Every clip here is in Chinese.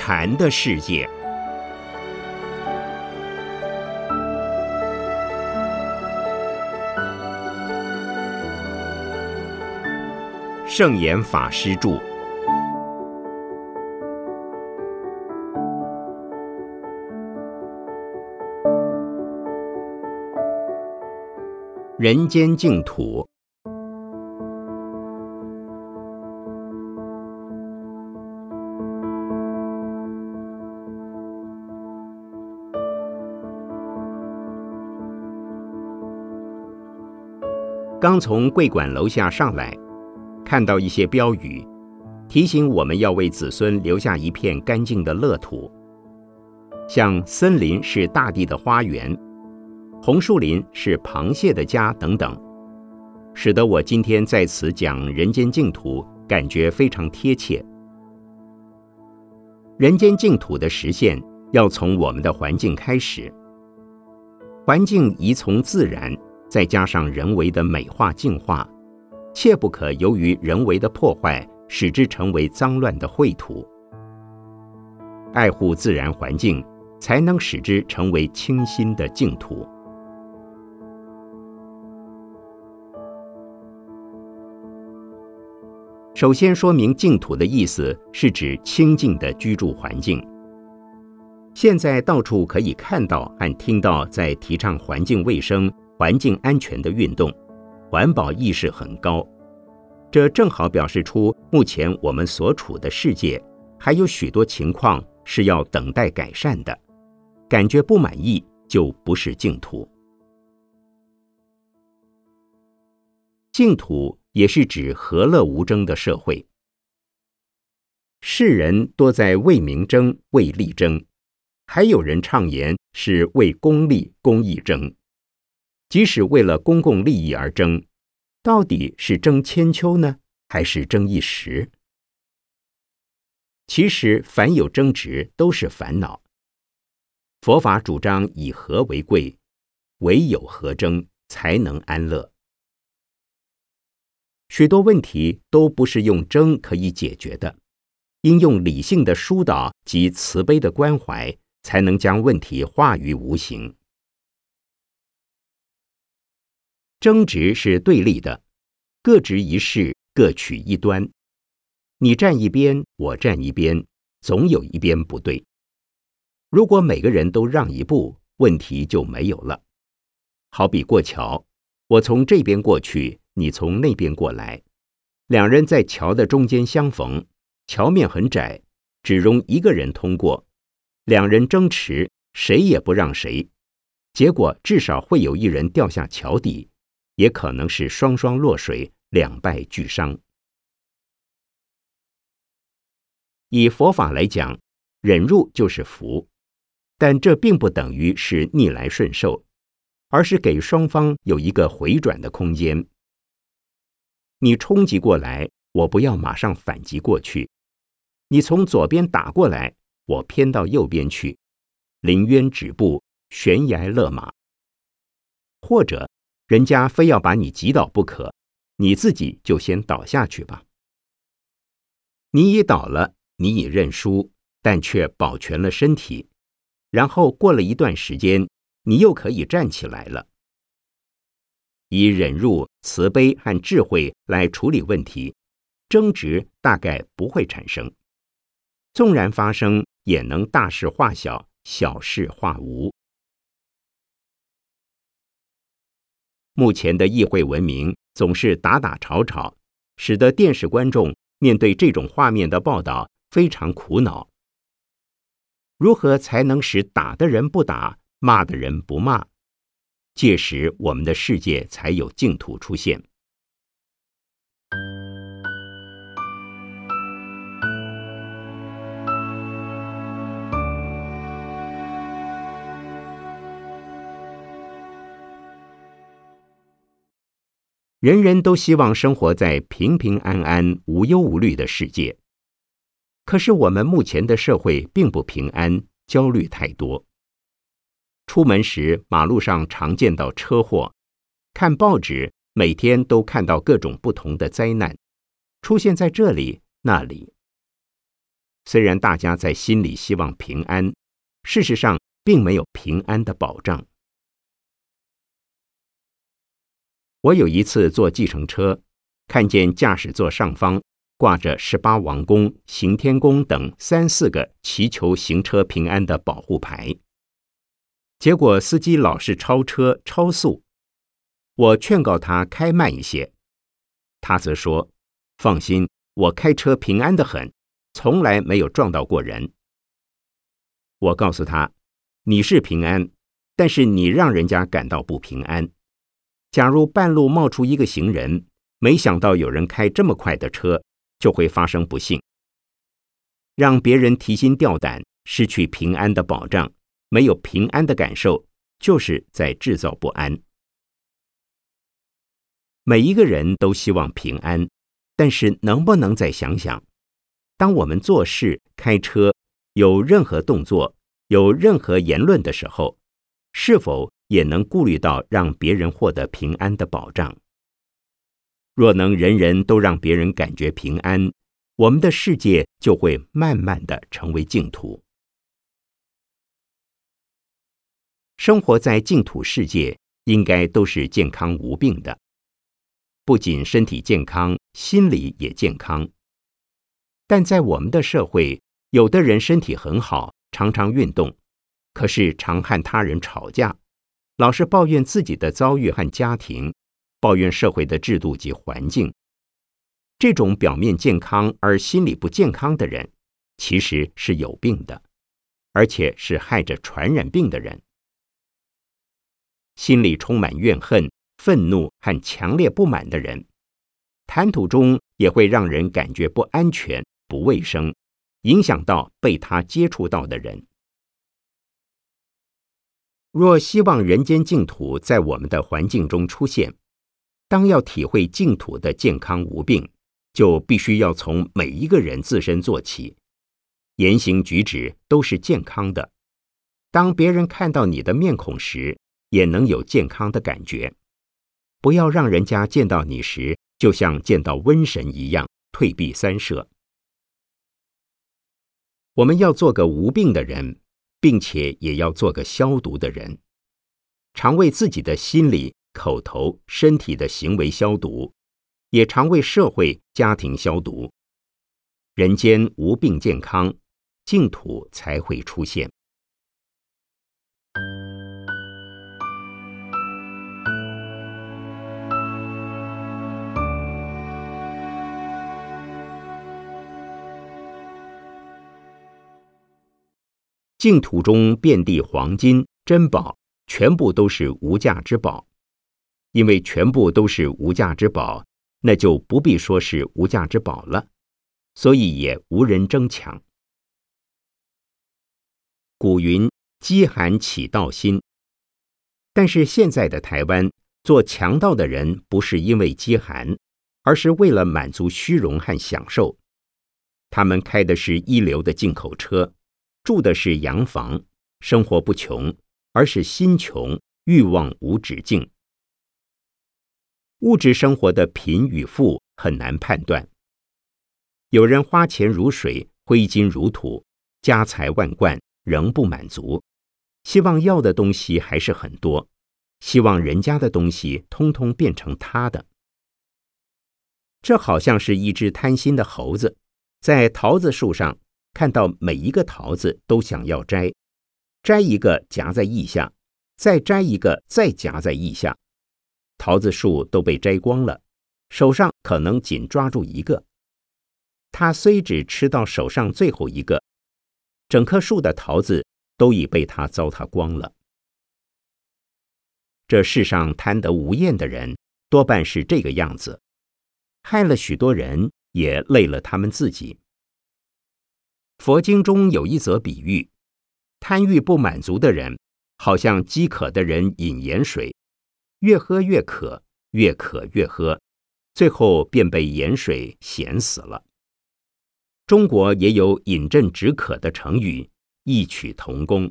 禅的世界。圣严法师著。人间净土。刚从会馆楼下上来，看到一些标语，提醒我们要为子孙留下一片干净的乐土，像森林是大地的花园，红树林是螃蟹的家等等，使得我今天在此讲人间净土，感觉非常贴切。人间净土的实现要从我们的环境开始，环境宜从自然，再加上人为的美化净化，切不可由于人为的破坏，使之成为脏乱的秽土。爱护自然环境，才能使之成为清新的净土。首先说明净土的意思是指清净的居住环境。现在到处可以看到和听到在提倡环境卫生、环境安全的运动，环保意识很高。这正好表示出目前我们所处的世界还有许多情况是要等待改善的，感觉不满意就不是净土。净土也是指和乐无争的社会。世人多在为民争、为利争，还有人畅言是为公利、公益争。即使为了公共利益而争，到底是争千秋呢，还是争一时？其实凡有争执都是烦恼。佛法主张以和为贵，唯有和争才能安乐。许多问题都不是用争可以解决的，应用理性的疏导及慈悲的关怀，才能将问题化于无形。争执是对立的，各执一事，各取一端。你站一边，我站一边，总有一边不对。如果每个人都让一步，问题就没有了。好比过桥，我从这边过去，你从那边过来，两人在桥的中间相逢，桥面很窄，只容一个人通过，两人争持，谁也不让谁，结果至少会有一人掉下桥底，也可能是双双落水，两败俱伤。以佛法来讲，忍辱就是福，但这并不等于是逆来顺受，而是给双方有一个回转的空间。你冲击过来，我不要马上反击过去；你从左边打过来，我偏到右边去，临渊止步，悬崖勒马。或者人家非要把你击倒不可，你自己就先倒下去吧。你已倒了，你已认输，但却保全了身体，然后过了一段时间，你又可以站起来了。以忍辱、慈悲和智慧来处理问题，争执大概不会产生。纵然发生，也能大事化小，小事化无。目前的议会文明总是打打吵吵，使得电视观众面对这种画面的报道非常苦恼。如何才能使打的人不打，骂的人不骂？届时我们的世界才有净土出现。人人都希望生活在平平安安、无忧无虑的世界。可是我们目前的社会并不平安，焦虑太多。出门时，马路上常见到车祸，看报纸，每天都看到各种不同的灾难，出现在这里那里。 虽然大家在心里希望平安，事实上并没有平安的保障。我有一次坐计程车，看见驾驶座上方挂着18王公、行天宫等3、4个祈求行车平安的保护牌。结果司机老是超车超速，我劝告他开慢一些，他则说：“放心，我开车平安得很，从来没有撞到过人。”我告诉他：“你是平安，但是你让人家感到不平安。假如半路冒出一个行人，没想到有人开这么快的车，就会发生不幸。让别人提心吊胆，失去平安的保障，没有平安的感受，就是在制造不安。”每一个人都希望平安，但是能不能再想想，当我们做事、开车，有任何动作、有任何言论的时候，是否也能顾虑到让别人获得平安的保障？若能人人都让别人感觉平安，我们的世界就会慢慢的成为净土。生活在净土世界，应该都是健康无病的，不仅身体健康，心理也健康。但在我们的社会，有的人身体很好，常常运动，可是常和他人吵架，老是抱怨自己的遭遇和家庭，抱怨社会的制度及环境。这种表面健康而心理不健康的人，其实是有病的，而且是害着传染病的人。心里充满怨恨、愤怒和强烈不满的人，谈吐中也会让人感觉不安全、不卫生，影响到被他接触到的人。若希望人间净土在我们的环境中出现，当要体会净土的健康无病，就必须要从每一个人自身做起，言行举止都是健康的。当别人看到你的面孔时，也能有健康的感觉。不要让人家见到你时，就像见到瘟神一样，退避三舍。我们要做个无病的人，并且也要做个消毒的人，常为自己的心理、口头、身体的行为消毒，也常为社会、家庭消毒。人间无病健康，净土才会出现。净土中遍地黄金、珍宝，全部都是无价之宝。因为全部都是无价之宝，那就不必说是无价之宝了，所以也无人争抢。古云：饥寒起盗心。但是现在的台湾，做强盗的人不是因为饥寒，而是为了满足虚荣和享受。他们开的是一流的进口车，住的是洋房，生活不穷，而是心穷，欲望无止境。物质生活的贫与富很难判断。有人花钱如水，挥金如土，家财万贯，仍不满足，希望要的东西还是很多，希望人家的东西通通变成他的。这好像是一只贪心的猴子，在桃子树上看到每一个桃子都想要摘，摘一个夹在腋下，再摘一个再夹在腋下，桃子树都被摘光了，手上可能仅抓住一个。他虽只吃到手上最后一个，整棵树的桃子都已被他糟蹋光了。这世上贪得无厌的人，多半是这个样子，害了许多人，也累了他们自己。佛经中有一则比喻，贪欲不满足的人，好像饥渴的人饮盐水，越喝越渴，越渴越喝，最后便被盐水咸死了。中国也有饮鸩止渴的成语，异曲同工。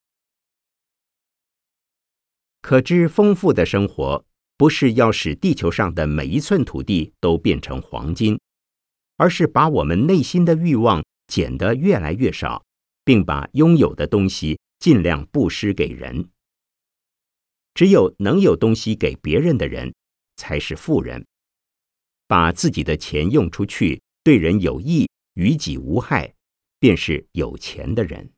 可知丰富的生活，不是要使地球上的每一寸土地都变成黄金，而是把我们内心的欲望捡得越来越少，并把拥有的东西尽量布施给人。只有能有东西给别人的人，才是富人。把自己的钱用出去，对人有益，于己无害，便是有钱的人。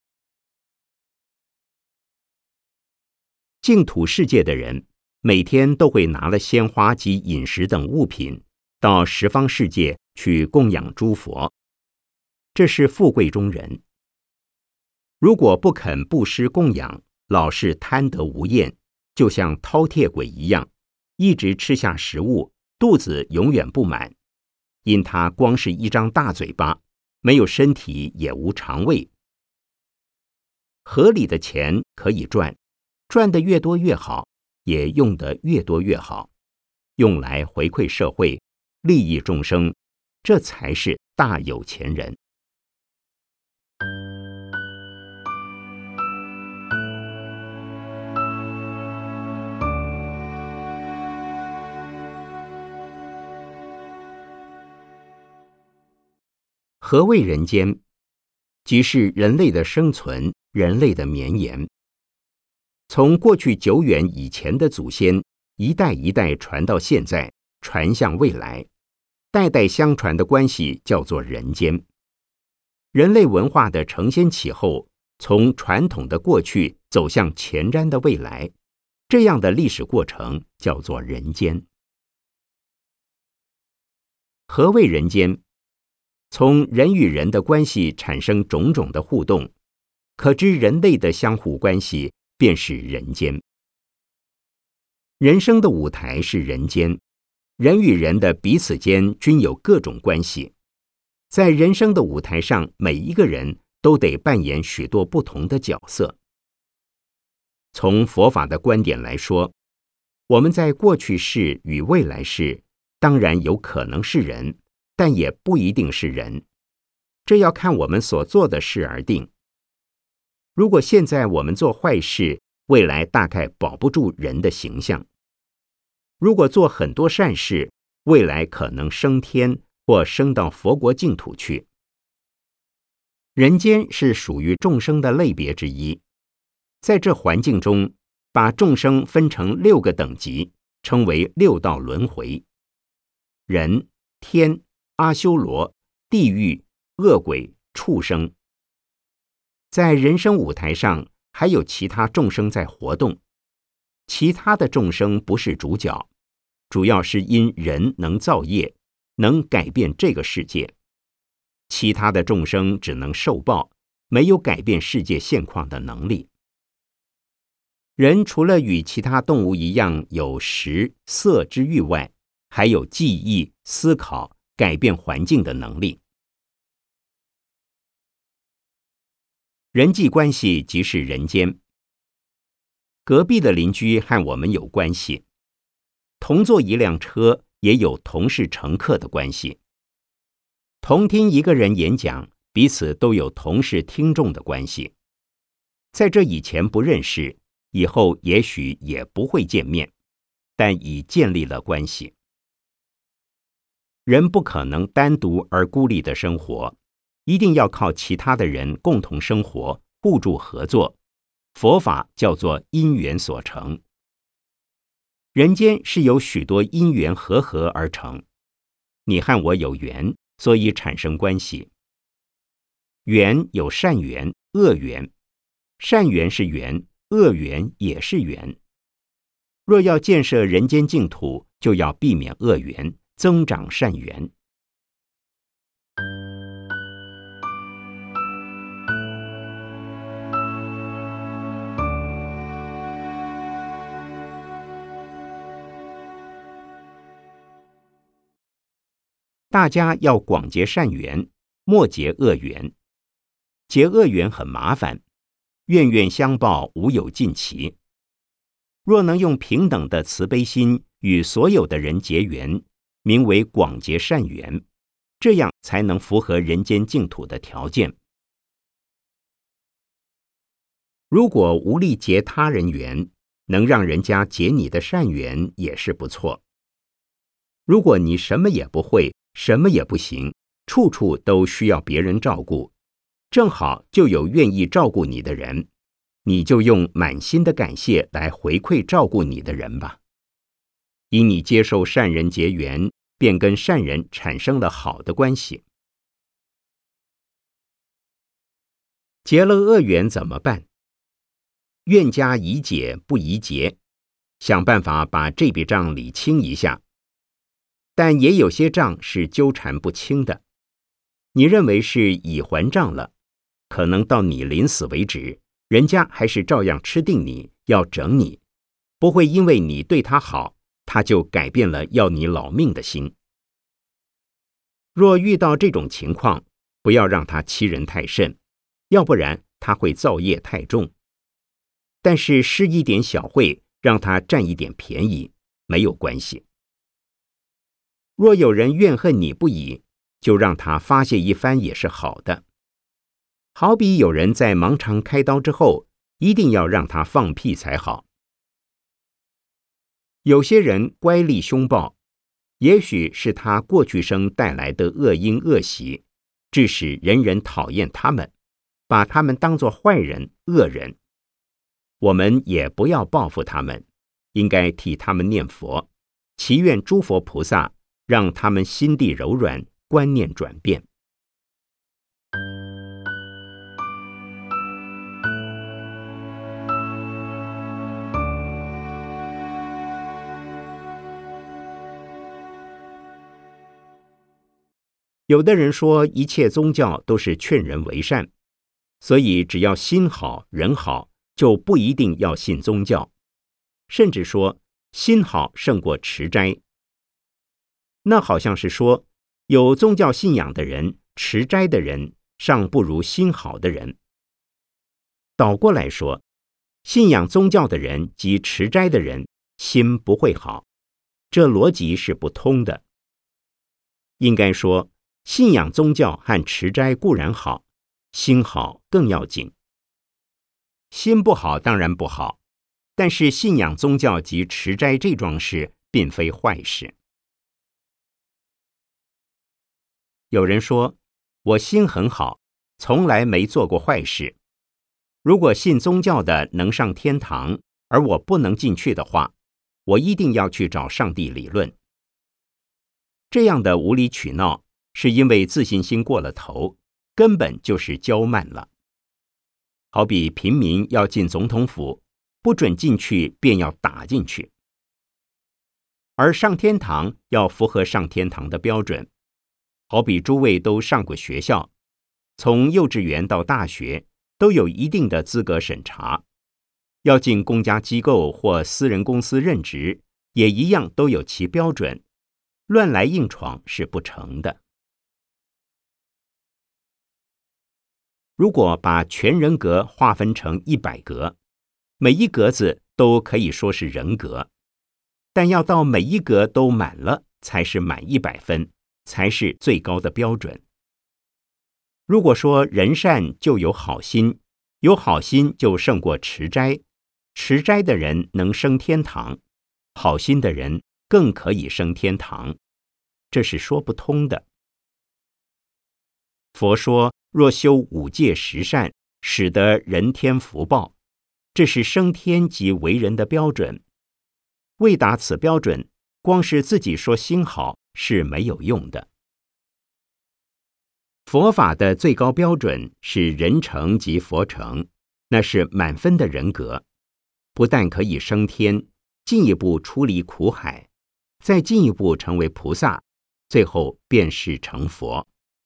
净土世界的人，每天都会拿了鲜花及饮食等物品，到十方世界去供养诸佛。这是富贵中人。如果不肯布施供养，老是贪得无厌，就像饕餮鬼一样，一直吃下食物，肚子永远不满，因他光是一张大嘴巴，没有身体也无肠胃。合理的钱可以赚，赚得越多越好，也用得越多越好，用来回馈社会，利益众生，这才是大有钱人。何谓人间？即是人类的生存，人类的绵延。从过去久远以前的祖先，一代一代传到现在，传向未来，代代相传的关系叫做人间。人类文化的承先启后，从传统的过去走向前瞻的未来，这样的历史过程叫做人间。何谓人间？从人与人的关系产生种种的互动，可知人类的相互关系便是人间。人生的舞台是人间，人与人的彼此间均有各种关系。在人生的舞台上，每一个人都得扮演许多不同的角色。从佛法的观点来说，我们在过去世与未来世，当然有可能是人，但也不一定是人，这要看我们所做的事而定。如果现在我们做坏事，未来大概保不住人的形象；如果做很多善事，未来可能升天或升到佛国净土去。人间是属于众生的类别之一，在这环境中，把众生分成6个等级，称为6道轮回：人、天、阿修罗、地狱、恶鬼、畜生。在人生舞台上，还有其他众生在活动，其他的众生不是主角，主要是因人能造业，能改变这个世界。其他的众生只能受报，没有改变世界现况的能力。人除了与其他动物一样有食色之欲外，还有记忆、思考、改变环境的能力。人际关系即是人间。隔壁的邻居和我们有关系，同坐一辆车也有同是乘客的关系，同听一个人演讲，彼此都有同是听众的关系。在这以前不认识，以后也许也不会见面，但已建立了关系。人不可能单独而孤立的生活，一定要靠其他的人共同生活，互助合作。佛法叫做因缘所成。人间是由许多因缘和合而成，你和我有缘，所以产生关系。缘有善缘、恶缘，善缘是缘，恶缘也是缘。若要建设人间净土，就要避免恶缘，增长善缘。大家要广结善缘，莫结恶缘。结恶缘很麻烦，冤冤相报，无有尽期。若能用平等的慈悲心与所有的人结缘，名为广结善缘，这样才能符合人间净土的条件。如果无力结他人缘，能让人家结你的善缘也是不错。如果你什么也不会，什么也不行， 处处都需要别人照顾，正好就有愿意照顾你的人，你就用满心的感谢来回馈照顾你的人吧。因你接受善人结缘，便跟善人产生了好的关系。结了恶缘怎么办？愿加宜解不宜结，想办法把这笔账理清一下。但也有些账是纠缠不清的，你认为是已还账了，可能到你临死为止，人家还是照样吃定你，要整你，不会因为你对他好，他就改变了要你老命的心。若遇到这种情况，不要让他欺人太甚，要不然他会造业太重。但是施一点小惠，让他占一点便宜，没有关系。若有人怨恨你不已，就让他发泄一番也是好的。好比有人在盲肠开刀之后，一定要让他放屁才好。有些人乖戾凶暴，也许是他过去生带来的恶因恶习，致使人人讨厌他们，把他们当作坏人、恶人。我们也不要报复他们，应该替他们念佛，祈愿诸佛菩萨让他们心地柔软，观念转变。有的人说一切宗教都是劝人为善，所以只要心好人好，就不一定要信宗教，甚至说心好胜过持斋。那好像是说有宗教信仰的人，持斋的人尚不如心好的人。倒过来说，信仰宗教的人及持斋的人心不会好，这逻辑是不通的。应该说信仰宗教和持斋固然好，心好更要紧。心不好当然不好，但是信仰宗教及持斋这桩事并非坏事。有人说，我心很好，从来没做过坏事。如果信宗教的能上天堂，而我不能进去的话，我一定要去找上帝理论。这样的无理取闹，是因为自信心过了头，根本就是骄慢了。好比平民要进总统府，不准进去便要打进去。而上天堂要符合上天堂的标准，好比诸位都上过学校，从幼稚园到大学都有一定的资格审查，要进公家机构或私人公司任职，也一样都有其标准，乱来硬闯是不成的。如果把全人格划分成100格，每一格子都可以说是人格，但要到每一格都满了，才是满100分，才是最高的标准。如果说人善就有好心，有好心就胜过持斋，持斋的人能升天堂，好心的人更可以升天堂，这是说不通的。佛说，若修5戒10善，使得人天福报，这是升天及为人的标准。未达此标准，光是自己说心好是没有用的。佛法的最高标准是人成及佛成，那是满分的人格，不但可以升天，进一步出离苦海，再进一步成为菩萨，最后便是成佛。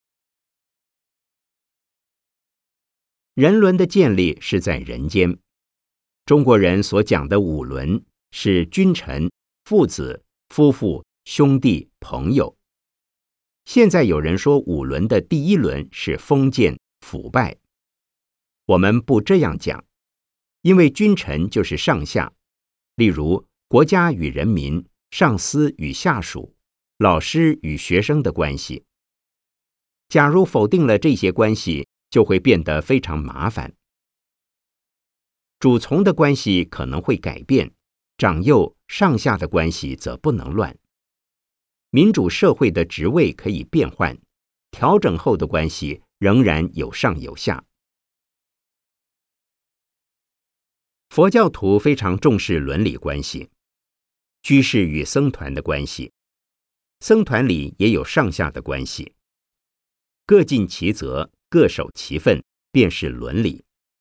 人伦的建立是在人间。中国人所讲的5伦是君臣、父子、夫妇、兄弟、朋友。现在有人说5伦的第1伦是封建、腐败。我们不这样讲，因为君臣就是上下，例如国家与人民、上司与下属、老师与学生的关系。假如否定了这些关系，就会变得非常麻烦。主从的关系可能会改变，长幼上下的关系则不能乱。民主社会的职位可以变换， 调整后的关系仍然有上有下。佛教徒非常重视伦理关系，居士与僧团的关系，僧团里也有上下的关系，各尽其责，各守其分，便是伦理。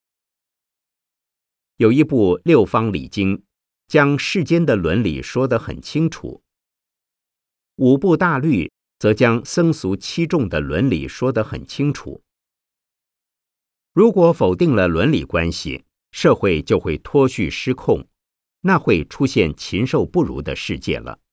有一部《六方礼经》，将世间的伦理说得很清楚。五部大律则将僧俗七众的伦理说得很清楚。如果否定了伦理关系，社会就会脱序失控，那会出现禽兽不如的世界了。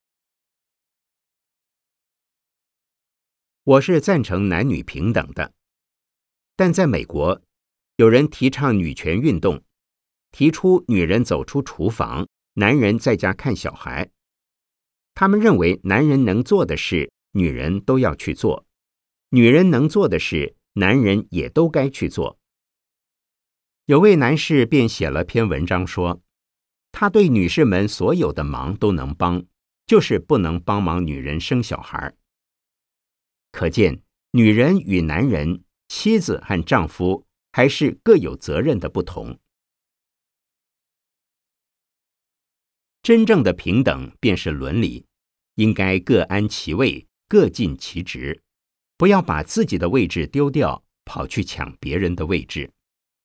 我是赞成男女平等的，但在美国，有人提倡女权运动，提出女人走出厨房，男人在家看小孩。他们认为男人能做的事，女人都要去做；女人能做的事，男人也都该去做。有位男士便写了篇文章说，他对女士们所有的忙都能帮，就是不能帮忙女人生小孩。可见，女人与男人、妻子和丈夫还是各有责任的不同。真正的平等便是伦理，应该各安其位，各尽其职，不要把自己的位置丢掉，跑去抢别人的位置。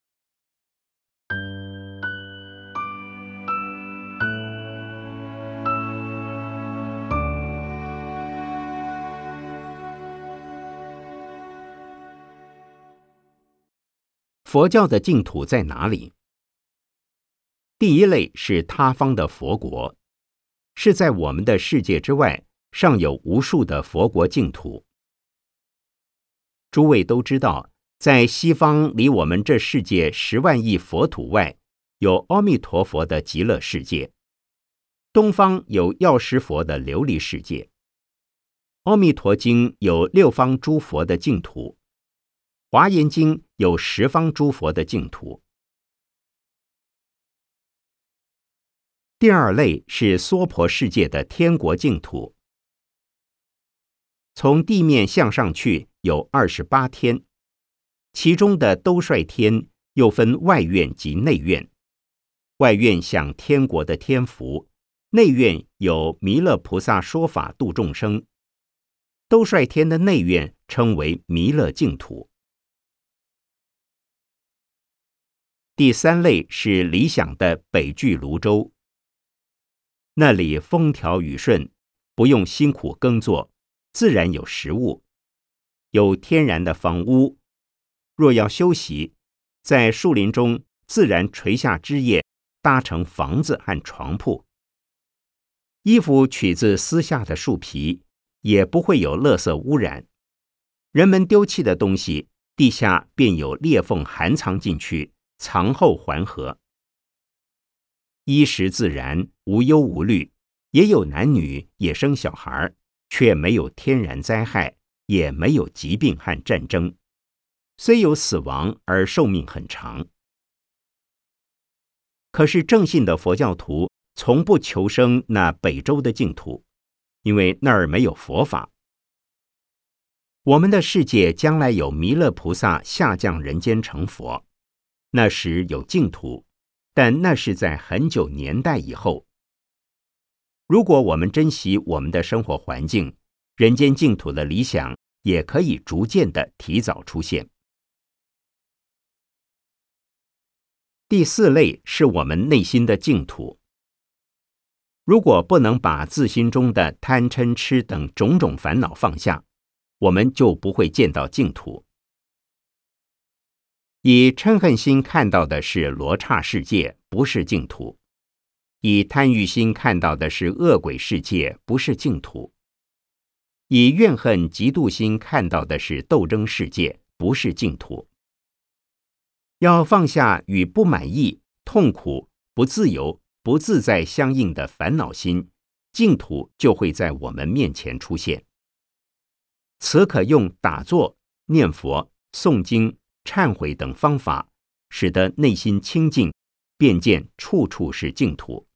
佛教的净土在哪里？第一类是他方的佛国，是在我们的世界之外，尚有无数的佛国净土。诸位都知道，在西方离我们这世界10万亿佛土外，有阿弥陀佛的极乐世界；东方有药师佛的琉璃世界。阿弥陀经有6方诸佛的净土，华严经有10方诸佛的净土。第二类是娑婆世界的天国净土，从地面向上去有28天，其中的兜率天又分外院及内院。外院享天国的天福，内院有弥勒菩萨说法度众生。兜率天的内院称为弥勒净土。第三类是理想的北俱泸州，那里风调雨顺，不用辛苦耕作，自然有食物，有天然的房屋。若要休息，在树林中自然垂下枝叶，搭成房子和床铺。衣服取自丝下的树皮，也不会有垃圾污染。人们丢弃的东西，地下便有裂缝含藏进去，藏后还合。衣食自然，无忧无虑，也有男女，也生小孩，却没有天然灾害，也没有疾病和战争，虽有死亡，而寿命很长。可是正信的佛教徒从不求生那北洲的净土，因为那儿没有佛法。我们的世界将来有弥勒菩萨下降人间成佛，那时有净土，但那是在很久年代以后。如果我们珍惜我们的生活环境，人间净土的理想也可以逐渐的提早出现。第四类是我们内心的净土。如果不能把自心中的贪嗔痴等种种烦恼放下，我们就不会见到净土。以嗔恨心看到的是罗刹世界，不是净土；以贪欲心看到的是恶鬼世界，不是净土；以怨恨嫉妒心看到的是斗争世界，不是净土。要放下与不满意、痛苦、不自由、不自在相应的烦恼心，净土就会在我们面前出现。此可用打坐、念佛、诵经、忏悔等方法，使得内心清净，便见处处是净土。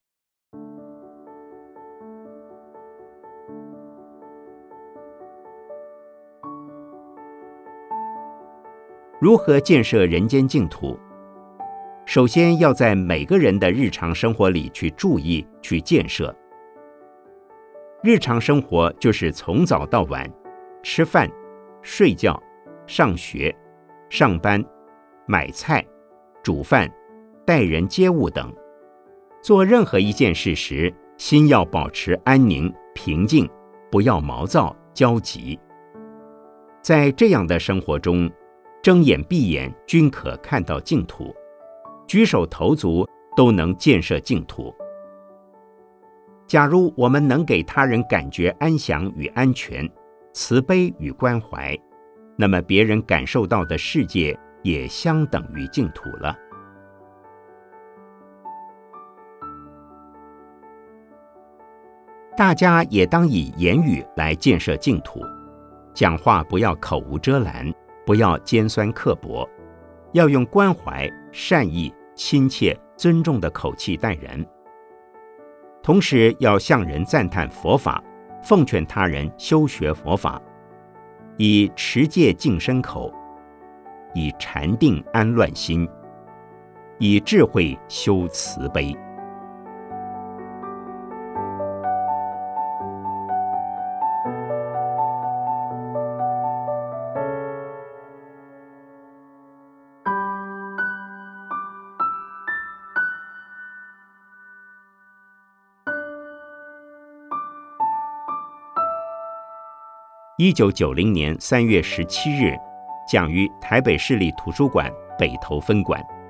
如何建设人间净土？首先要在每个人的日常生活里去注意、去建设。日常生活就是从早到晚，吃饭、睡觉、上学、上班、买菜、煮饭、待人接物等。做任何一件事时，心要保持安宁、平静，不要毛躁、焦急。在这样的生活中，睁眼闭眼均可看到净土，举手投足都能建设净土。假如我们能给他人感觉安详与安全、慈悲与关怀，那么别人感受到的世界也相等于净土了。大家也当以言语来建设净土，讲话不要口无遮拦，不要尖酸刻薄，要用关怀、善意、亲切、尊重的口气待人。同时要向人赞叹佛法，奉劝他人修学佛法，以持戒净身口，以禅定安乱心，以智慧修慈悲。1990年3月17日，讲于台北市立图书馆北投分馆。